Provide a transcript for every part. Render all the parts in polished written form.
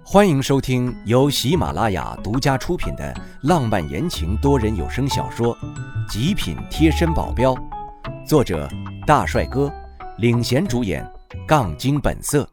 欢迎收听由喜马拉雅独家出品的浪漫言情多人有声小说《极品贴身保镖》，作者大帅哥，领衔主演杠精本色。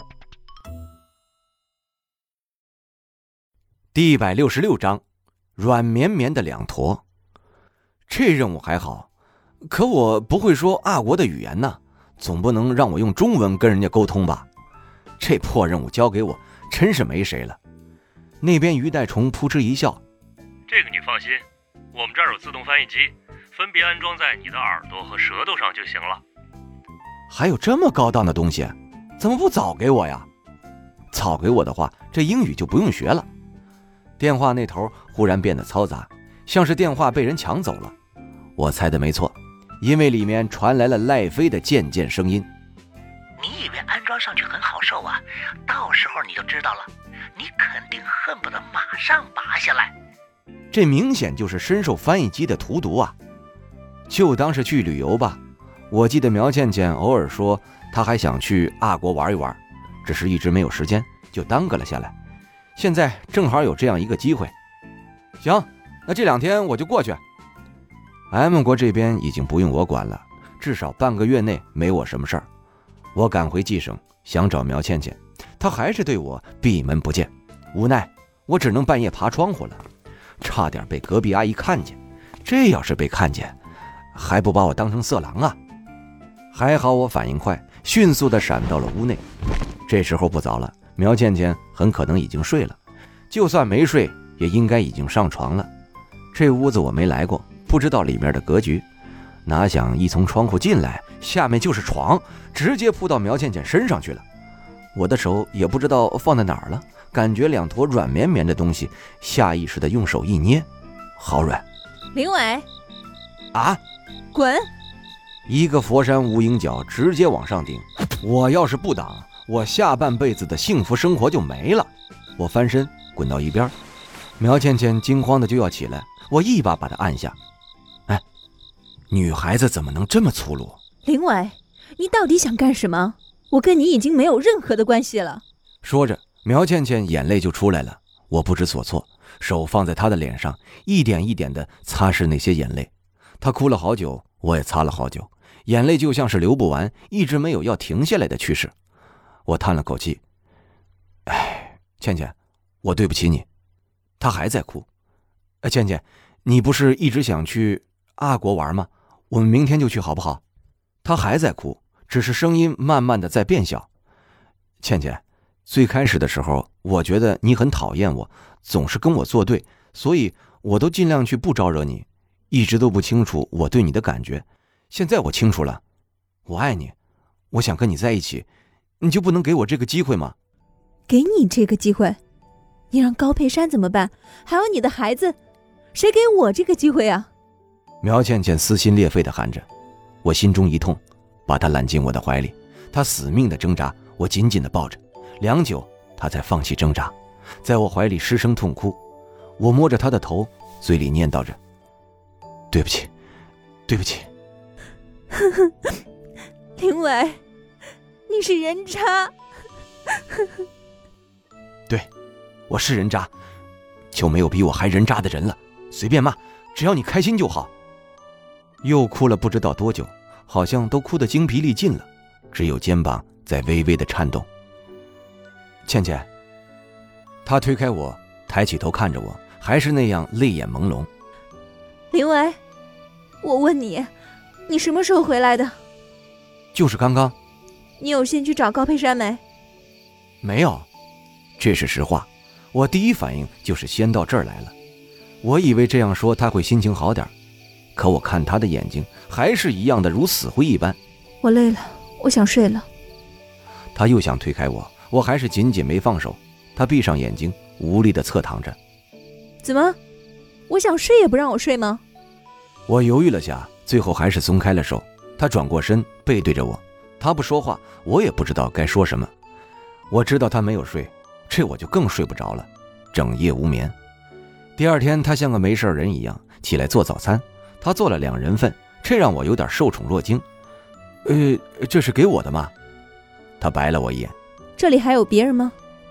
第166章，软绵绵的两坨。这任务还好，可我不会说阿国的语言呢，总不能让我用中文跟人家沟通吧？这破任务交给我真是没谁了。那边于代虫扑哧一笑， 这个你放心，我们这儿有自动翻译机，分别安装在你的耳朵和舌头上就行了。 还有这么高档的东西，怎么不早给我呀？早给我的话，这英语就不用学了。电话那头忽然变得嘈杂，像是电话被人抢走了。我猜的没错，因为里面传来了赖飞的渐渐声音。 你以为安装上去很好受啊？到时候你就知道了，你肯定恨不得马上拔下来。 这明显就是深受翻译机的荼毒啊！就当是去旅游吧。我记得苗倩倩偶尔说她还想去阿国玩一玩，只是一直没有时间，就耽搁了下来。现在正好有这样一个机会。行，那这2天我就过去。M 国这边已经不用我管了，至少半个月内没我什么事儿。我赶回冀省，想找苗倩倩，她还是对我闭门不见。无奈我只能半夜爬窗户了，差点被隔壁阿姨看见。这要是被看见，还不把我当成色狼啊？还好我反应快，迅速地闪到了屋内。这时候不早了，苗倩倩很可能已经睡了，就算没睡也应该已经上床了。这屋子我没来过，不知道里面的格局，哪想一从窗户进来，下面就是床，直接扑到苗倩倩身上去了。我的手也不知道放在哪儿了，感觉2坨软绵绵的东西，下意识的用手一捏，好软。 林伟啊， 滚！ 一个佛山无影脚直接往上顶，我要是不挡，我下半辈子的幸福生活就没了。我翻身滚到一边，苗倩倩惊慌的就要起来，我一把把她按下。哎，女孩子怎么能这么粗鲁？ 林伟，你到底想干什么？我跟你已经没有任何的关系了。 说着，苗倩倩眼泪就出来了。我不知所措，手放在她的脸上，一点一点的擦拭那些眼泪。她哭了好久，我也擦了好久，眼泪就像是流不完，一直没有要停下来的趋势。我叹了口气，哎，倩倩，我对不起你。她还在哭。倩倩，你不是一直想去阿国玩吗？我们明天就去好不好？她还在哭，只是声音慢慢的在变小。倩倩，最开始的时候，我觉得你很讨厌我，总是跟我作对，所以我都尽量去不招惹你，一直都不清楚我对你的感觉。现在我清楚了，我爱你，我想跟你在一起，你就不能给我这个机会吗？ 给你这个机会？你让高佩珊怎么办？还有你的孩子，谁给我这个机会啊？ 苗倩倩撕心裂肺地喊着。我心中一痛，把她揽进我的怀里。她死命地挣扎，我紧紧地抱着，良久，她才放弃挣扎，在我怀里失声痛哭。我摸着她的头，嘴里念叨着：“对不起，对不起。” 林伟，你是人渣。 对，我是人渣，就没有比我还人渣的人了。随便骂，只要你开心就好。又哭了不知道多久，好像都哭得精疲力尽了，只有肩膀在微微的颤动。倩倩，她推开我，抬起头看着我，还是那样泪眼朦胧。 林伟，我问你，你什么时候回来的？ 就是刚刚。 你有先去找高佩珊没？ 没有，这是实话。我第一反应就是先到这儿来了。我以为这样说他会心情好点，可我看他的眼睛还是一样的如死灰一般。 我累了，我想睡了。 他又想推开我，我还是紧紧没放手。他闭上眼睛，无力地侧躺着。 怎么？我想睡也不让我睡吗？ 我犹豫了下，最后还是松开了手。他转过身，背对着我。他不说话，我也不知道该说什么。我知道他没有睡，这我就更睡不着了，整夜无眠。第二天，他像个没事人一样起来做早餐，他做了2人份，这让我有点受宠若惊。这是给我的吗？他白了我一眼。 这里还有别人吗？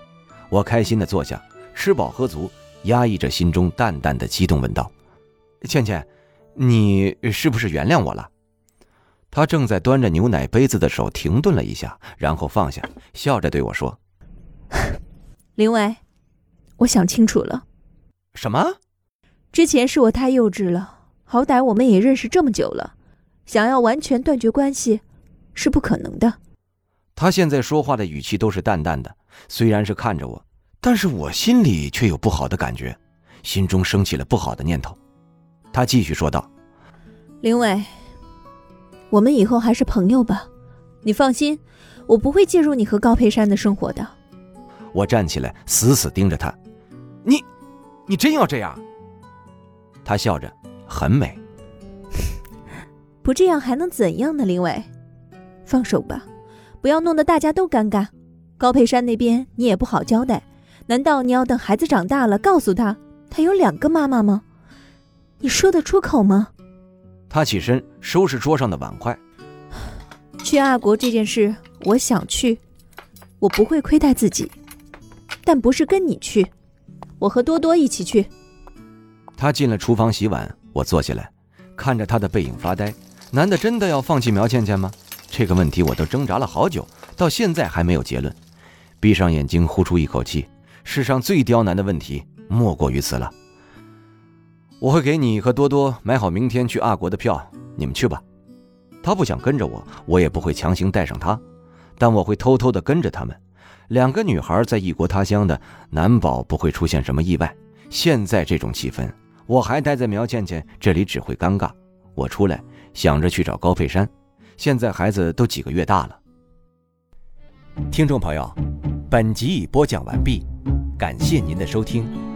我开心地坐下，吃饱喝足，压抑着心中淡淡的激动，问道：倩倩，你是不是原谅我了？他正在端着牛奶杯子的手停顿了一下，然后放下，笑着对我说： 林伟，我想清楚了。 什么？ 之前是我太幼稚了，好歹我们也认识这么久了，想要完全断绝关系是不可能的。 他现在说话的语气都是淡淡的，虽然是看着我，但是我心里却有不好的感觉，心中升起了不好的念头。他继续说道： 林伟，我们以后还是朋友吧，你放心，我不会介入你和高佩珊的生活的。 我站起来，死死盯着他：你真要这样？他笑着，很美。 不这样还能怎样呢，林伟？放手吧，不要弄得大家都尴尬。高佩珊那边你也不好交代，难道你要等孩子长大了告诉他有2个妈妈吗？你说得出口吗？ 他起身收拾桌上的碗筷。 去阿国这件事我想去，我不会亏待自己，但不是跟你去，我和多多一起去。 他进了厨房洗碗，我坐下来看着他的背影发呆。难道真的要放弃苗倩倩吗？这个问题我都挣扎了好久，到现在还没有结论。闭上眼睛，呼出一口气，世上最刁难的问题莫过于此了。我会给你和多多买好明天去阿国的票，你们去吧。他不想跟着我，我也不会强行带上他，但我会偷偷地跟着他们。2个女孩在异国他乡的，难保不会出现什么意外。现在这种气氛，我还待在苗倩倩这里只会尴尬。我出来想着去找高佩珊，现在孩子都几个月大了。听众朋友，本集已播讲完毕，感谢您的收听。